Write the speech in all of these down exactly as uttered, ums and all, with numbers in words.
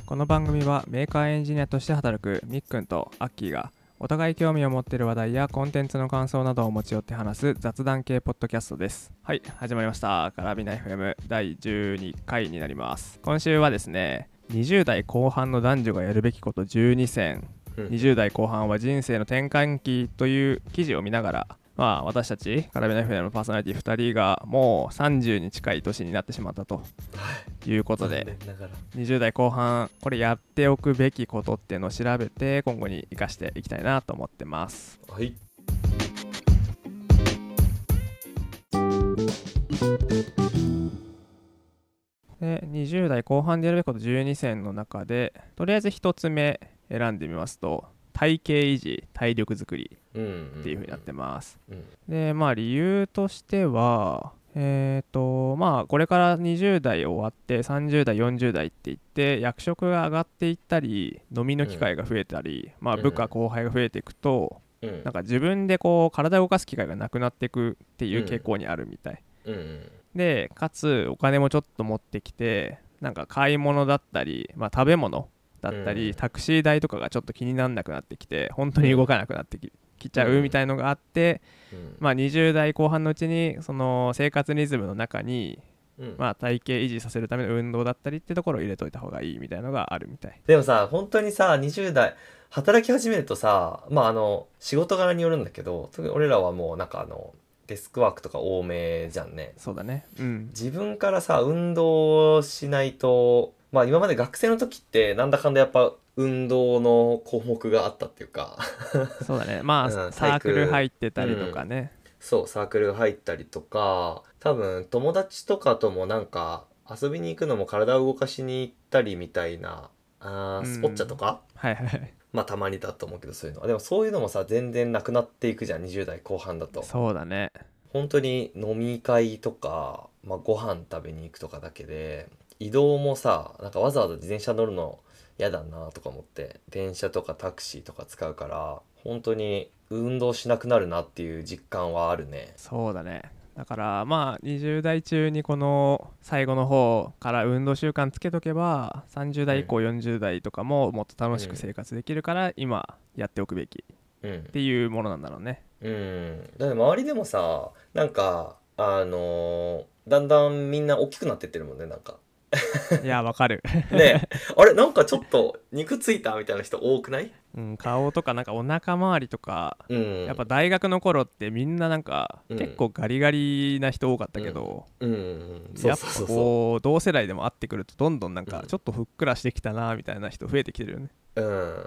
この番組はメーカーエンジニアとして働くみっくんとアッキーがお互い興味を持っている話題やコンテンツの感想などを持ち寄って話す雑談系ポッドキャストです。はい、始まりました。カラビナ エフエム だいじゅうにかいになります。今週はですね、にじゅう代後半の男女がやるべきことじゅうにせん、にじゅう代後半は人生の転換期という記事を見ながら、まあ、私たちカラビナ エフエム のパーソナリティふたりがもうさんじゅうに近い年になってしまったということで、にじゅう代後半これやっておくべきことっていうのを調べて今後に生かしていきたいなと思ってます。 はい。 でにじゅう代後半でやるべきことじゅうにせんの中でとりあえずひとつめ選んでみますと、体型維持体力づくりっていう風になってます、うんうんうん、でまあ理由としてはえーとまあこれからにじゅう代終わってさんじゅう代よんじゅう代っていって役職が上がっていったり飲みの機会が増えたり、うん、まあ部下後輩が増えていくと、うん、なんか自分でこう体を動かす機会がなくなっていくっていう傾向にあるみたい、うんうんうん、でかつお金もちょっと持ってきてなんか買い物だったり、まあ、食べ物だったり、うん、タクシー代とかがちょっと気にならなくなってきて本当に動かなくなって き,、うん、きちゃうみたいのがあって、うんまあ、にじゅう代後半のうちにその生活リズムの中に、うんまあ、体型維持させるための運動だったりってところを入れといた方がいいみたいのがあるみたい。 でもさ本当にさにじゅう代働き始めるとさまああの仕事柄によるんだけど特に俺らはもうなんかあのデスクワークとか多めじゃんね。 そうだね、うん、 自分からさ運動しないとまあ今まで学生の時ってなんだかんだやっぱ運動の項目があったっていうかそうだねまあ、うん、サークル入ってたりとかね、うん、 そうサークル入ったりとか多分友達とかともなんか遊びに行くのも体を動かしに行ったりみたいなあ、うん、スポッチャとか、 はいはいまあたまにだと思うけどそういうのはでもそういうのもさ全然なくなっていくじゃんにじゅう代後半だと。 そうだね本当に飲み会とか、まあ、ご飯食べに行くとかだけで移動もさなんかわざわざ自転車乗るの嫌だなとか思って電車とかタクシーとか使うから本当に運動しなくなるなっていう実感はあるね。 そうだねだからまあにじゅう代中にこの最後の方から運動習慣つけとけばさんじゅう代以降よんじゅう代とかももっと楽しく生活できるから今やっておくべきっていうものなんだろうね。 うん、うん、だって周りでもさなんかあのー、だんだんみんな大きくなってってるもんねなんかいやわかるねえあれなんかちょっと肉ついたみたいな人多くない？ うん、顔とかなんかお腹周りとか、うん、やっぱ大学の頃ってみんななんか、うん、結構ガリガリな人多かったけど、うんうんうん、やっぱこう同世代でも会ってくるとどんどんなんかちょっとふっくらしてきたなみたいな人増えてきてるよね。 うん、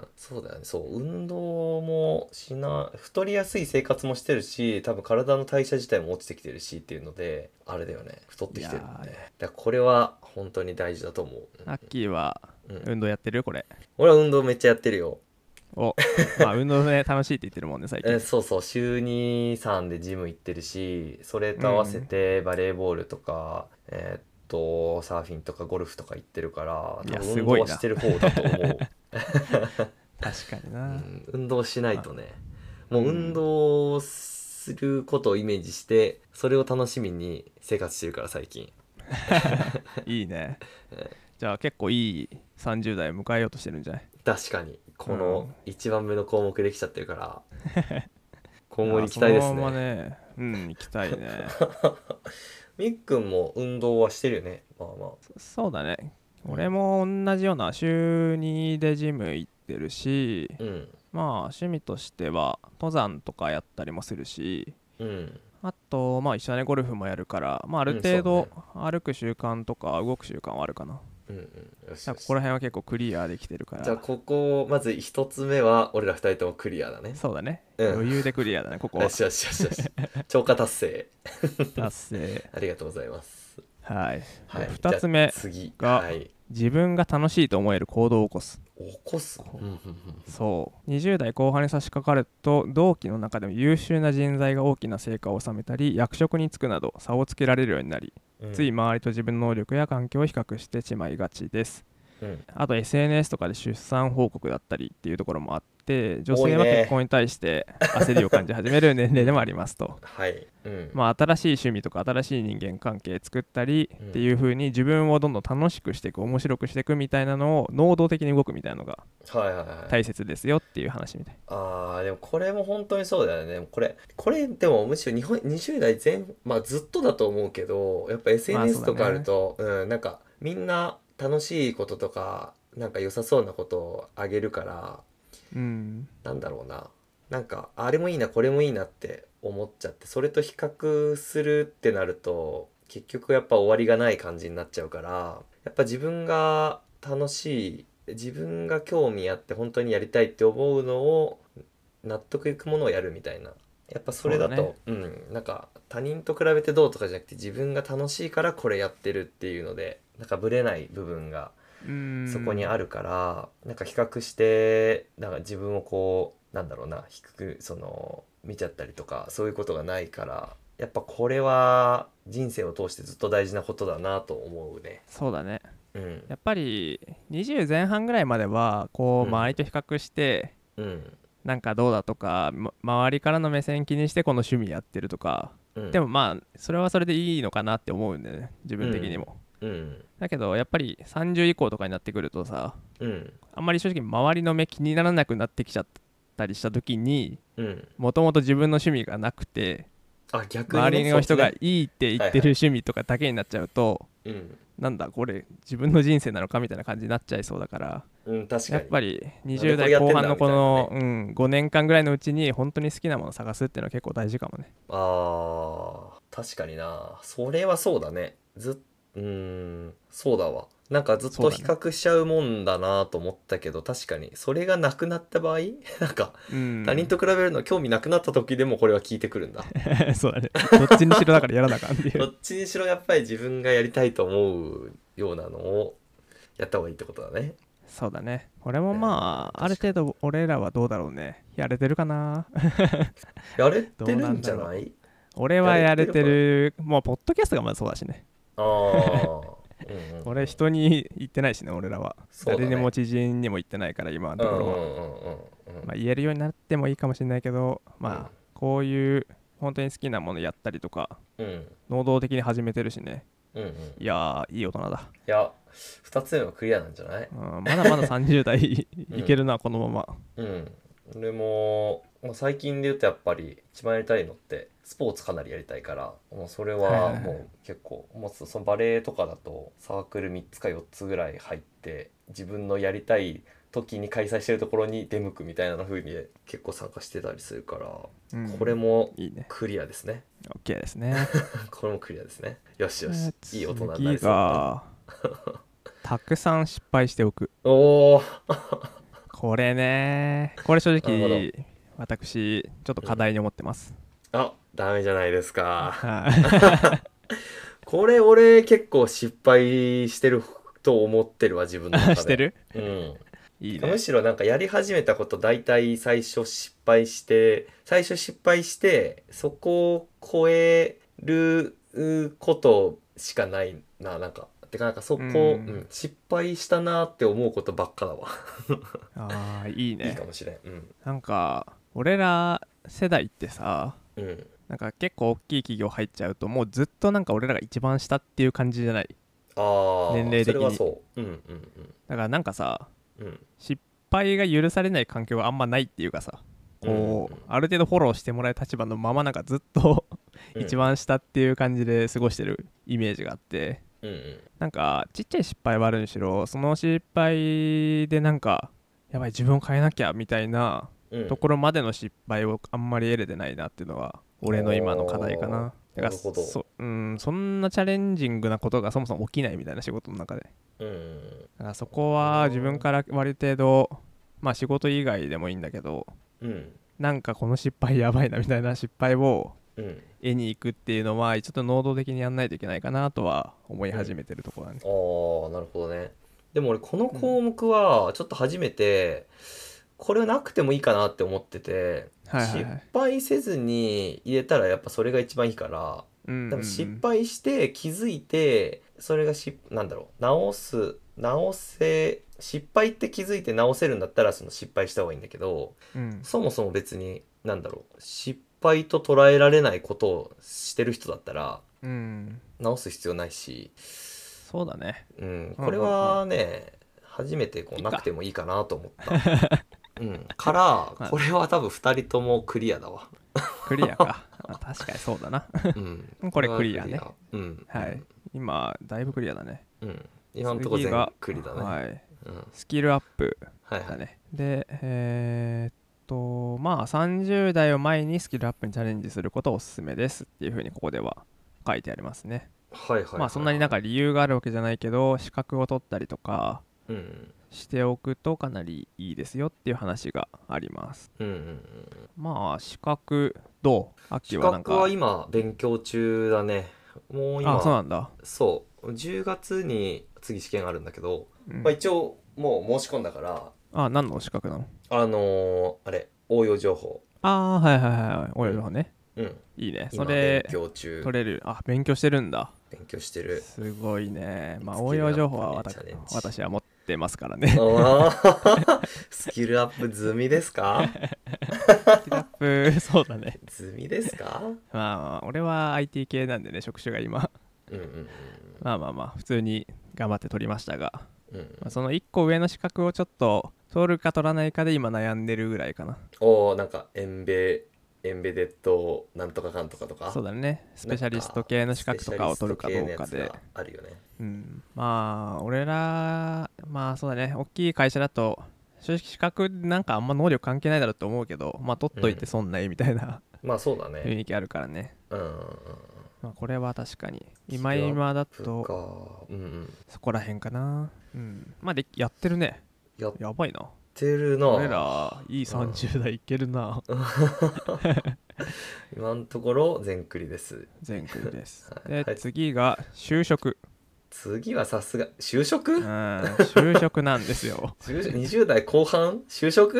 そうだよね。そう運動もしな太りやすい生活もしてるし多分体の代謝自体も落ちてきてるしっていうのであれだよね太ってきてるもんね。だからこれは本当に大事だと思う。 アッキーは運動やってる、うん、これ俺は運動めっちゃやってるよ。 おまあ運動ね楽しいって言ってるもんね最近えそうそう週に、さんでジム行ってるしそれと合わせてバレーボールとか、うん、えー、っとサーフィンとかゴルフとか行ってるから多分運動はしてる方だと思う確かにな、うん、 運動しないとねもう運動することをイメージしてそれを楽しみに生活してるから最近いいね、えー、じゃあ結構いいさんじゅう代を迎えようとしてるんじゃない？ 確かにこのいちばんめの項目できちゃってるから、うん、今後に行きたいですね。 そのままねうん行きたいねみっくんも運動はしてるよね。まあまあそ, そうだね俺も同じような週にでジム行ってるし、うん、まあ趣味としては登山とかやったりもするし、うん、あとまあ一緒にゴルフもやるから、まあ、ある程度歩く習慣とか動く習慣はあるかな。うんうん、よしよしここら辺は結構クリアできてるから。 じゃあここまず一つ目は俺ら二人ともクリアだね。 そうだね、うん、余裕でクリアだねここは。 よしよしよしよし超過達成達成ありがとうございます。 はい、はい、ふたつめが、はい、自分が楽しいと思える行動を起こす。 起こすそうにじゅう代後半に差し掛かると同期の中でも優秀な人材が大きな成果を収めたり役職に就くなど差をつけられるようになり、うん、つい周りと自分の能力や環境を比較してしまいがちです。 うん、 あと エスエヌエス とかで出産報告だったりっていうところもあって、女性は結婚に対して焦りを感じ始める年齢でもありますと。 はい、うん、 まあ新しい趣味とか新しい人間関係作ったりっていう風に自分をどんどん楽しくしていく、面白くしていくみたいなのを能動的に動くみたいなのが大切ですよっていう話みたい。 あーでもこれも本当にそうだよね。これこれでもむしろ日本にじゅう代前、まあずっとだと思うけど、やっぱ エスエヌエス とかあると、まあ う, ね、うんなんかみんな楽しいこととかなんか良さそうなことをあげるから、 うん、 なんだろうな、なんかあれもいいなこれもいいなって思っちゃって、それと比較するってなると結局やっぱ終わりがない感じになっちゃうから、やっぱ自分が楽しい、自分が興味あって本当にやりたいって思うのを納得いくものをやるみたいな、やっぱそれだとう、ね、うんなんか他人と比べてどうとかじゃなくて自分が楽しいからこれやってるっていうので、なんかブレない部分がそこにあるから、なんか比較してなんか自分をこうなんだろうな低くその見ちゃったりとかそういうことがないから、やっぱこれは人生を通してずっと大事なことだなと思うね。 そうだね、 うん、 やっぱりにじゅう前半ぐらいまではこう周りと比較して、 うん、 なんかどうだとか、ま、周りからの目線気にしてこの趣味やってるとか、うん、でもまあそれはそれでいいのかなって思うんだよね、自分的にも、うんうん、だけどやっぱりさんじゅう以降とかになってくるとさ、うん、あんまり正直周りの目気にならなくなってきちゃったりした時に、もともと自分の趣味がなくて、 あ逆にね、 周りの人がいいって言ってる趣味とかだけになっちゃうと、はいはい、なんだこれ自分の人生なのかみたいな感じになっちゃいそうだから、 うん、確かにやっぱりにじゅう代後半のこの、ね、うん、ごねんかんぐらいのうちに本当に好きなものを探すっていうのは結構大事かもね。 あー確かにな、それはそうだね。ずっうーんそうだわ、なんかずっと比較しちゃうもんだなと思ったけど、ね、確かにそれがなくなった場合なんか他人と比べるの興味なくなった時でもこれは効いてくるんだそうだね、どっちにしろだからやらなあかんっていうどっちにしろやっぱり自分がやりたいと思うようなのをやった方がいいってことだね。 そうだね、これもまあ、えー、ある程度俺らはどうだろうね、やれてるかなやれてるんじゃない？ 俺はやれてる、もうポッドキャストがまずそうだしね。ああうんうん、うん、俺人に言ってないしね、俺らは、ね、誰にも知人にも言ってないから今のところは、まあ、言えるようになってもいいかもしれないけど、まあ、うん、こういう本当に好きなものやったりとか、うん、能動的に始めてるしね、うんうん、いやーいい大人だ。 いやふたつめはクリアなんじゃない？ うん、まだまださんじゅう代いけるな、うん、このまま。 うん俺も最近で言うとやっぱり一番やりたいのってスポーツかなりやりたいから、もうそれはもう結構、もうそのバレエとかだとサークルみっつかよっつぐらい入って自分のやりたい時に開催してるところに出向くみたいな風に結構参加してたりするから、うん、これもクリアですね。 いいね OK ですねこれもクリアですね。よしよし、いい大人になりそうだたくさん失敗しておく。 おーこれね、これ正直私ちょっと課題に思ってます、 うん、あ、ダメじゃないですかこれ俺結構失敗してると思ってるわ、自分の中でしてる、 うん、いいね。むしろなんかやり始めたこと大体最初失敗して最初失敗してそこを超えることしかないな、なんかてかなんかそこ、うんうん、失敗したなって思うことばっかだわあーいいね、 いいかもしれん、うん、 なんか俺ら世代ってさ、うん、なんか結構大きい企業入っちゃうともうずっとなんか俺らが一番下っていう感じじゃない？ あ年齢的に。 それはそう、うんうんうん、 だからなんかさ、うん、失敗が許されない環境があんまないっていうかさ、こう、うんうん、ある程度フォローしてもらえる立場のままなんかずっと一番下っていう感じで過ごしてるイメージがあって、うんうん、なんかちっちゃい失敗はあるにしろその失敗でなんかやばい自分を変えなきゃみたいなところまでの失敗をあんまり得れてないなっていうのは俺の今の課題かな。だから そ, うん、そんなチャレンジングなことがそもそも起きないみたいな仕事の中で、うん、だからそこは自分から割と程度まあ仕事以外でもいいんだけど、うん、なんかこの失敗やばいなみたいな失敗を得に行くっていうのはちょっと能動的にやんないといけないかなとは思い始めてるところなんです、 うん、ああなるほどね。でも俺この項目はちょっと初めて、うん、これはなくてもいいかなって思ってて、はいはいはい、失敗せずに入れたらやっぱそれが一番いいから、うんうんうん、でも失敗して気づいてそれがしなんだろう直す直せ失敗って気づいて直せるんだったらその失敗した方がいいんだけど、 うん、 そもそも別になんだろう失敗と捉えられないことをしてる人だったらうん、 直す必要ないし、 そうだね。 うん、 うんこれうんうん。 はね初めてこいいか。 うなくてもいいかなと思った。うん、からまあ、 これは多分ふたりともクリアだわ。 クリアか。あ、確かにそうだな。 うん、 これクリアね。 うん、 はい。今、だいぶクリアだね。 うん、今のところ全次が、 クリだね。 はい。 うん、 スキルアップはいはい。 だね。で、えーっと、まあ、さんじゅう代を前にスキルアップにチャレンジすることをおすすめですっていうふうにここでは書いてありますね。 はいはいはいはい。 まあ、そんなになんか理由があるわけじゃないけど、資格を取ったりとかうん、 しておくとかなりいいですよっていう話があります。 うんうんうん。 まあ、資格、どう秋資はなんか、 格は今勉強中だね。もうあ、そう今、 なんだ。 そうじゅうがつに次試験あるんだけど、まあ、 うん。 一応もう申し込んだから、 あ、何の資格なの？ あのーあれ応用情報、 ああー、はいはいはいはい。おうんよそね。 うんいいね。そ今勉れ、 強中、 取れる。あ、勉強してるんだ。 勉強してる。 すごいね。まあ、応スキルアッ用情報はプにチ私ャレンジ。 私は持ってますからね。 ああスキルアップ済みですか？ スキルアップ、そうだね。 済みですか？ まあ、俺は アイティー 系なんでね、職種が今。 うんうんまあまあまあ、普通に頑張って取りましたが、 うんうん。 まあ、そのいっこ上の資格をちょっと取るか取らないかで今悩んでるぐらいかな。 おお、なんかエンベエンベデッドなんとかかんとかとか、 そうだね。スなんペシャリストか系の資スペ格とかをシャリスト取るかどう系のやつかで。 があるよね。 うん。まあ、俺ら、まあそうだね。大きい会社だと、正直資格なんかあんま能力関係ないだろうと思うけど、まあ取っといて損ないみたいなまあそうだね。 雰囲気あるからね。 うんうんうん。 まあこれは確かに。今スキルアッ今だプと、 か。うんうん。 そこら辺かな。うん。まあで、やってるね。 やっやばいな。 てるな。 俺ら、いいうん、 さんじゅう代いけるな。 今のところ全クリです。 全クリです。 はい、 で、 はい、 次が就職。 次はさすが就職。 うん、就職なんですよ。 就にじゅう代後半就職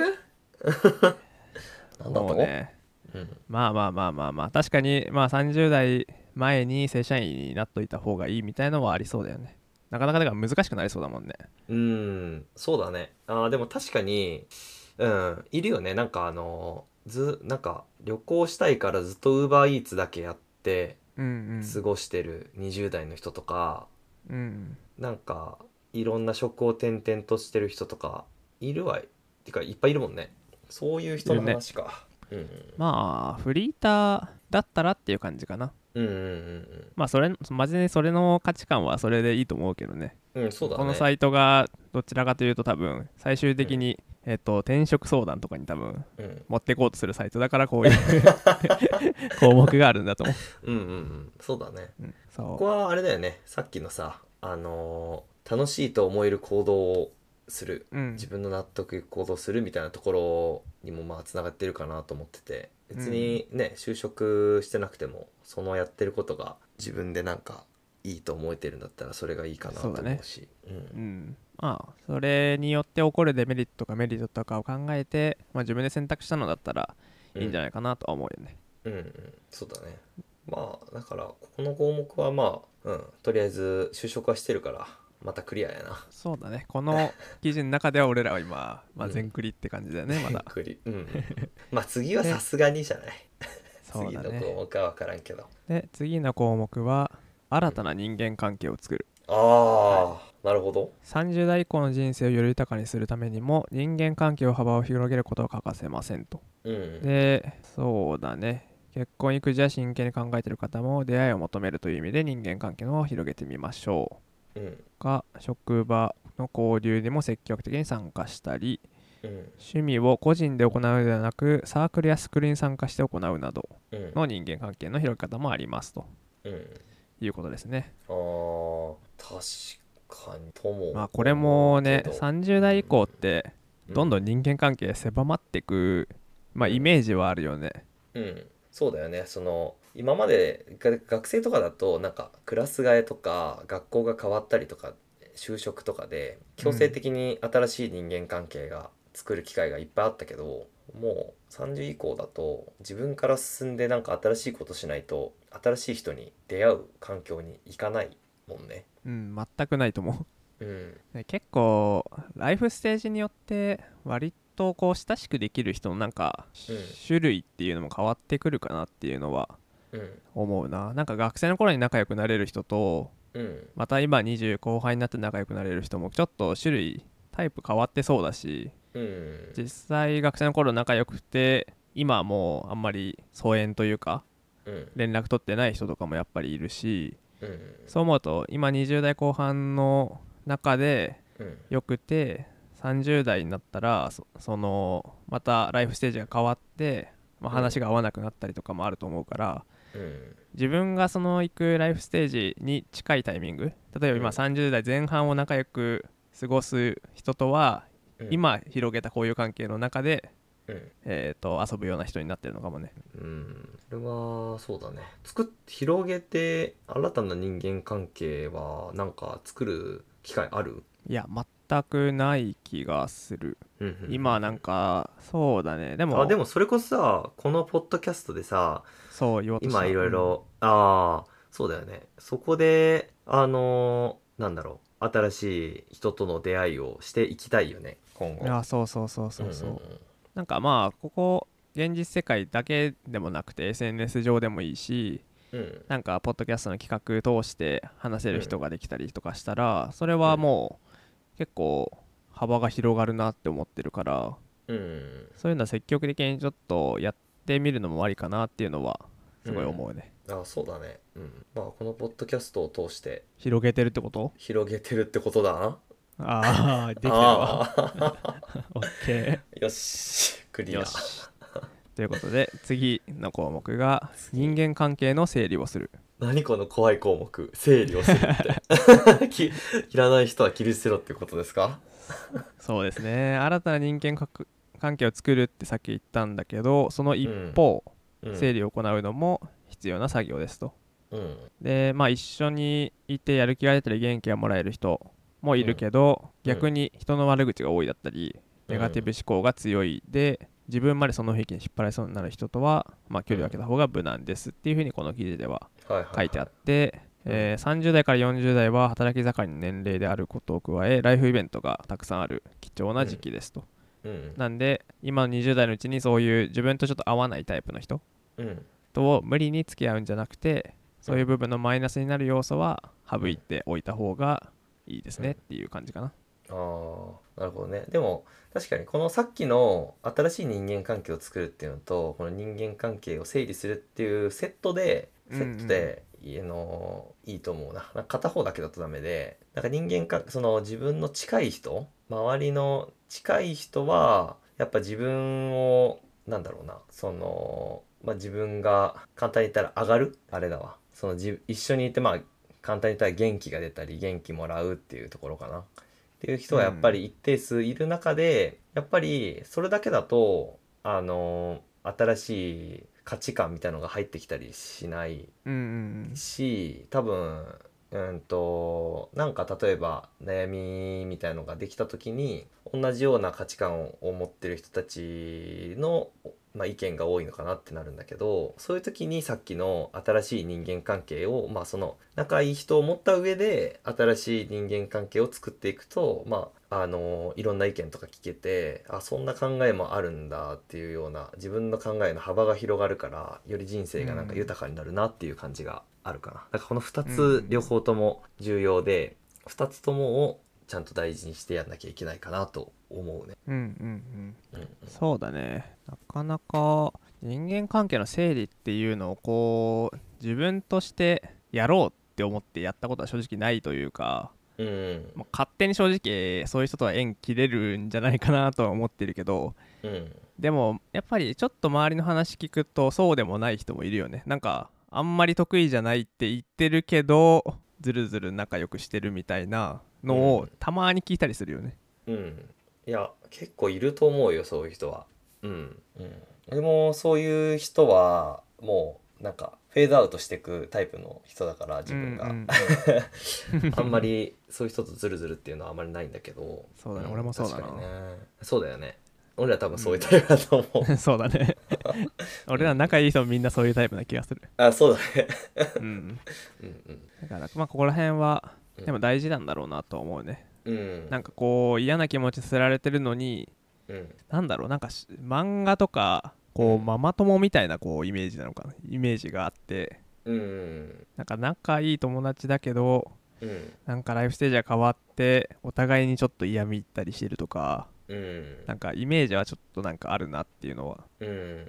なんだと、 もうね、 うん、 まあまあまあまあまあ、確かに、まあさんじゅう代前に正社員になっといた方がいいみたいのはありそうだよね。なかなかだから難しくなりそうだもんね。 うーん、そうだね。あーでも確かに、うん、いるよね。なんかあの、ず、なんか旅行したいからずっと UberEats だけやってうん過ごしてるにじゅう代の人とか、 うん。うん。 なんかいろんな職を転々としてる人とかいるわい。てかいっぱいいるもんね。そういう人のいるね。 話か。うん、 まあ、フリーターだったらっていう感じかな。 うん、うん、うんまあ、それ、マジでそれの価値観はそれでいいと思うけどね。 うん、うん、そうだね。 このサイトがどちらかというと多分、最終うん、 的に、えっと、転職相談とかに多分、 うん、 持っていこうとするサイトだからこういう項目があるんだと思うん、うん、うん、そうだね。 う。うん、そここはあれだよね、さっきのさ、あのー楽しいと思える行動をする、 う。うん。 自分の納得いく行動をするみたいなところにもまあつながってるかなと思ってて、別うん。 にね就職してなくてもそのやってることが自分でなんかいいと思えてるんだったらそれがいいかなそうだね。 と思うし、うん、 うん。まあ、それによって起こるデメリットとかメリットとかを考えて、まあ自分で選択したのだったらいいんじゃうん、 ないかなとは思うよね。 うん、うん、そうだね。まあだからここの項目はまあ、うん、とりあえず就職はしてるからまたクリアやな。 そうだね。この記事の中では俺らは今、まあ、 うん、 全クリって感じだよね、まだ。 全クリ、うんうんうん、まあ次はさで、 すがにじゃない。次の項そうだね。 目は分からんけど。 で、次の項目は、新うん、 たな人間関係を作る。はい。 ああ、なるほど。 さんじゅう代以降の人生をより豊かにするためにも、人間関係を幅を広げることは欠かせませんと。 うん。 で、そうだね。結婚育児は真剣に考えている方も出会いを求めるという意味で人間関係を広げてみましょうん。 う。が、職場の交流にも積極的に参加したり、 うん。 趣味を個人で行うのではなく、サークルやスクールに参加して行うなどうん。 の人間関係の広げ方もありますとうん。 いうことですね。 ああ、確かにともまあこれ思うもね、 けど。 さんじゅう代以降ってうん。 どんどん人間関係狭まっていく、まあイうん。 メージはあるよね。 うん。そうだよね。その、今までが学生とかだと、なんか、クラス替えとか、学校が変わったりとか、就職とかで、強制うん。 的に新しい人間関係が作る機会がいっぱいあったけど、もうさんじゅう以降だと、自分から進んでなんか新しいことしないと、新しい人に出会う環境に行かないもんね。 うん全くないと思う、うん、 う結構ライフステージによって割とこう親しくできる人のなんか、うん、種類っていうのも変わってくるかなっていうのは思うな。なんか学生の頃に仲良くなれる人と、うん、また今にじゅう後半になって仲良くなれる人もちょっと種類タイプ変わってそうだし、うん、実際学生の頃仲良くて今はもうあんまり疎遠というか、うん、連絡取ってない人とかもやっぱりいるし、うん、そう思うと今にじゅう代後半の中でよくて、さんじゅう代になったら そ, そのまたライフステージが変わって、まあ、話が合わなくなったりとかもあると思うから、うん、自分がその行くライフステージに近いタイミング、例えば今さんじゅう代前半を仲良く過ごす人とは、うん、今広げた交友関係の中で、うんえー、と遊ぶような人になってるのかもね。 うん、それはそうだね。作っ広げて新たな人間関係はなんか作る機会ある？ いや全くない気がする。今なんかそうだね。でもあでもそれこそさ、このポッドキャストでさ、 そう言おうとした今いろいろ、うん、ああそうだよね。そこであのー、なんだろう、新しい人との出会いをしていきたいよね今後。 いやそうそうそうそうそう、うんうんうん、なんかまあここ現実世界だけでもなくて エスエヌエス 上でもいいし、うん、なんかポッドキャストの企画通して話せる人ができたりとかしたら、うん、それはもう結構幅が広がるなって思ってるから、うん、そういうのは積極的にちょっとやってみるのもありかなっていうのはすごい思うね。 うん、あそうだね、うん、まあこのポッドキャストを通して広げてるってこと？ 広げてるってことだな。 ああできてるわオッケーよしクリア。よしということで次の項目が人間関係の整理をする。 何この怖い項目、整理をするってきいらない人は切り捨てろってことですか？ そうですね。新たな人間関係を作るってさっき言ったんだけど、その一方、うん、整理を行うのも必要な作業ですと、うん、でまあ一緒にいてやる気が出たり元気がもらえる人もいるけど、うん、逆に人の悪口が多いだったり、うん、ネガティブ思考が強いで自分までその雰囲気に引っ張られそうになる人とは、まあ、距離を空けた方が無難ですっていうふうにこの記事では書いてあって、えー、さんじゅう代からよんじゅう代は働き盛りの年齢であることを加えライフイベントがたくさんある貴重な時期ですと、うんうん、なんで今のにじゅう代のうちにそういう自分とちょっと合わないタイプの人、うん、と無理に付き合うんじゃなくて、そういう部分のマイナスになる要素は省いておいた方がいいですねっていう感じかな。 ああ、なるほどね。でも確かにこのさっきの新しい人間関係を作るっていうのとこの人間関係を整理するっていうセットでセットで、うんうん、のいいと思うな。なんか片方だけだとダメで、なんか人間かその自分の近い人、周りの近い人はやっぱ自分をなんだろうな、そのまあ自分が簡単に言ったら上がるあれだわ。そのじ一緒にいてまあ簡単に言ったら元気が出たり元気もらうっていうところかな。っていう人はやっぱり一定数いる中で、うん、やっぱりそれだけだとあの新しい価値観みたいなのが入ってきたりしないし、うんうん、多分うんとなんか例えば悩みみたいのができた時に同じような価値観を持ってる人たちの、まあ、意見が多いのかなってなるんだけど、そういう時にさっきの新しい人間関係を、まあ、その仲いい人を持った上で新しい人間関係を作っていくと、まああのいろんな意見とか聞けて、あそんな考えもあるんだっていうような自分の考えの幅が広がるから、より人生がなんか豊かになるなっていう感じがあるかな。だからこのふたつ両方とも重要で、ふたつともをちゃんと大事にしてやんなきゃいけないかなと思うね。 うんうんうん、うんうん、そうだね。なかなか人間関係の整理っていうのをこう自分としてやろうって思ってやったことは正直ないというか、うん、まあ、勝手に正直そういう人とは縁切れるんじゃないかなとは思ってるけど、うん、でもやっぱりちょっと周りの話聞くとそうでもない人もいるよね。なんかあんまり得意じゃないって言ってるけどずるずる仲良くしてるみたいなのをたまに聞いたりするよね。 うん、うん、いや結構いると思うよ、そういう人は。うん、うん、でもそういう人はもうなんかフェードアウトしていくタイプの人だから自分が、うんうん、あんまりそういう人とズルズルっていうのはあんまりないんだけど。 そうだね、うん、俺もそうだな。 確かにね。そうだよね。 俺ら多分そういうタイプだと思う。 そうだね俺ら仲いい人もみんなそういうタイプな気がする。 あ、そうだねうんうんうんだからまあここら辺はでも大事なんだろうなと思うね。 うん、 なんかこう嫌な気持ちさせられてるのに、 うん、 なんだろう、なんか漫画とかこう、うん、ママ友みたいなこうイメージなのかな、イメージがあって、うん、なんか仲いい友達だけど、うん、なんかライフステージが変わってお互いにちょっと嫌みったりしてるとか、うん、なんかイメージはちょっとなんかあるなっていうのは、うん、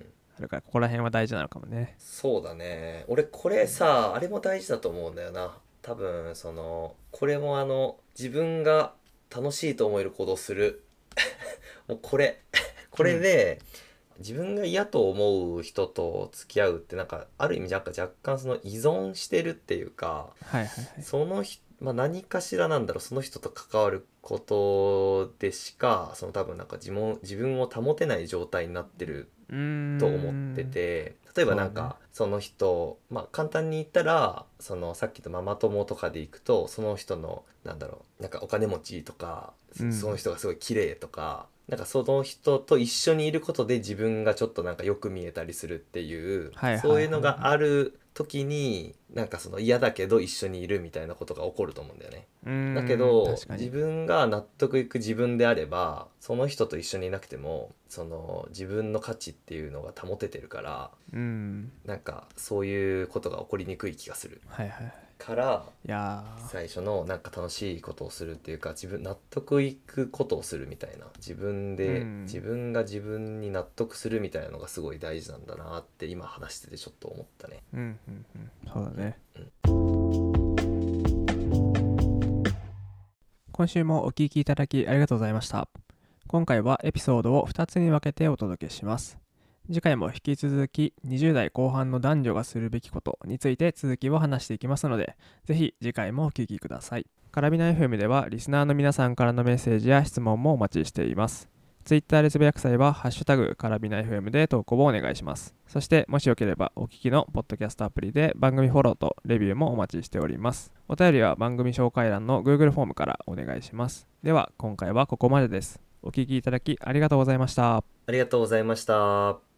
あるからここら辺は大事なのかもね。 そうだね。俺これさ、あれも大事だと思うんだよな。多分そのこれもあの自分が楽しいと思える行動をするもうこれこれで、うん、自分が嫌と思う人と付き合うってなんかある意味若干若干その依存してるっていうか、 はいはいはい、 その人まあ、何かしらなんだろう、その人と関わることでしかその多分なんか自分自分を保てない状態になってると思ってて、例えばなんかその人、まあ簡単に言ったらそのさっきのママ友とかでいくと、その人のなんだろう、なんかお金持ちとか、うん、その人がすごい綺麗とか、なんかその人と一緒にいることで自分がちょっとなんかよく見えたりするっていう、はいはいはいはい、そういうのがある時になんかその嫌だけど一緒にいるみたいなことが起こると思うんだよね。だけど自分が納得いく自分であればその人と一緒にいなくてもその自分の価値っていうのが保ててるから、うん、なんかそういうことが起こりにくい気がする、はいはい、からいや最初のなんか楽しいことをするっていうか、自分納得いくことをするみたいな、自分で、うん、自分が自分に納得するみたいなのがすごい大事なんだなって今話しててちょっと思ったね。 うんうんうん、そうだね、うん、今週もお聞きいただきありがとうございました。今回はエピソードをふたつに分けてお届けします。次回も引き続きにじゅう代後半の男女がするべきことについて続きを話していきますので、ぜひ次回もお聞きください。カラビナ エフエム ではリスナーの皆さんからのメッセージや質問もお待ちしています。ツイッターでつぶやく際はハッシュタグカラビナ エフエム で投稿をお願いします。そしてもしよければお聞きのポッドキャストアプリで番組フォローとレビューもお待ちしております。お便りは番組紹介欄の Google フォームからお願いします。では今回はここまでです。お聞きいただきありがとうございました。 ありがとうございました。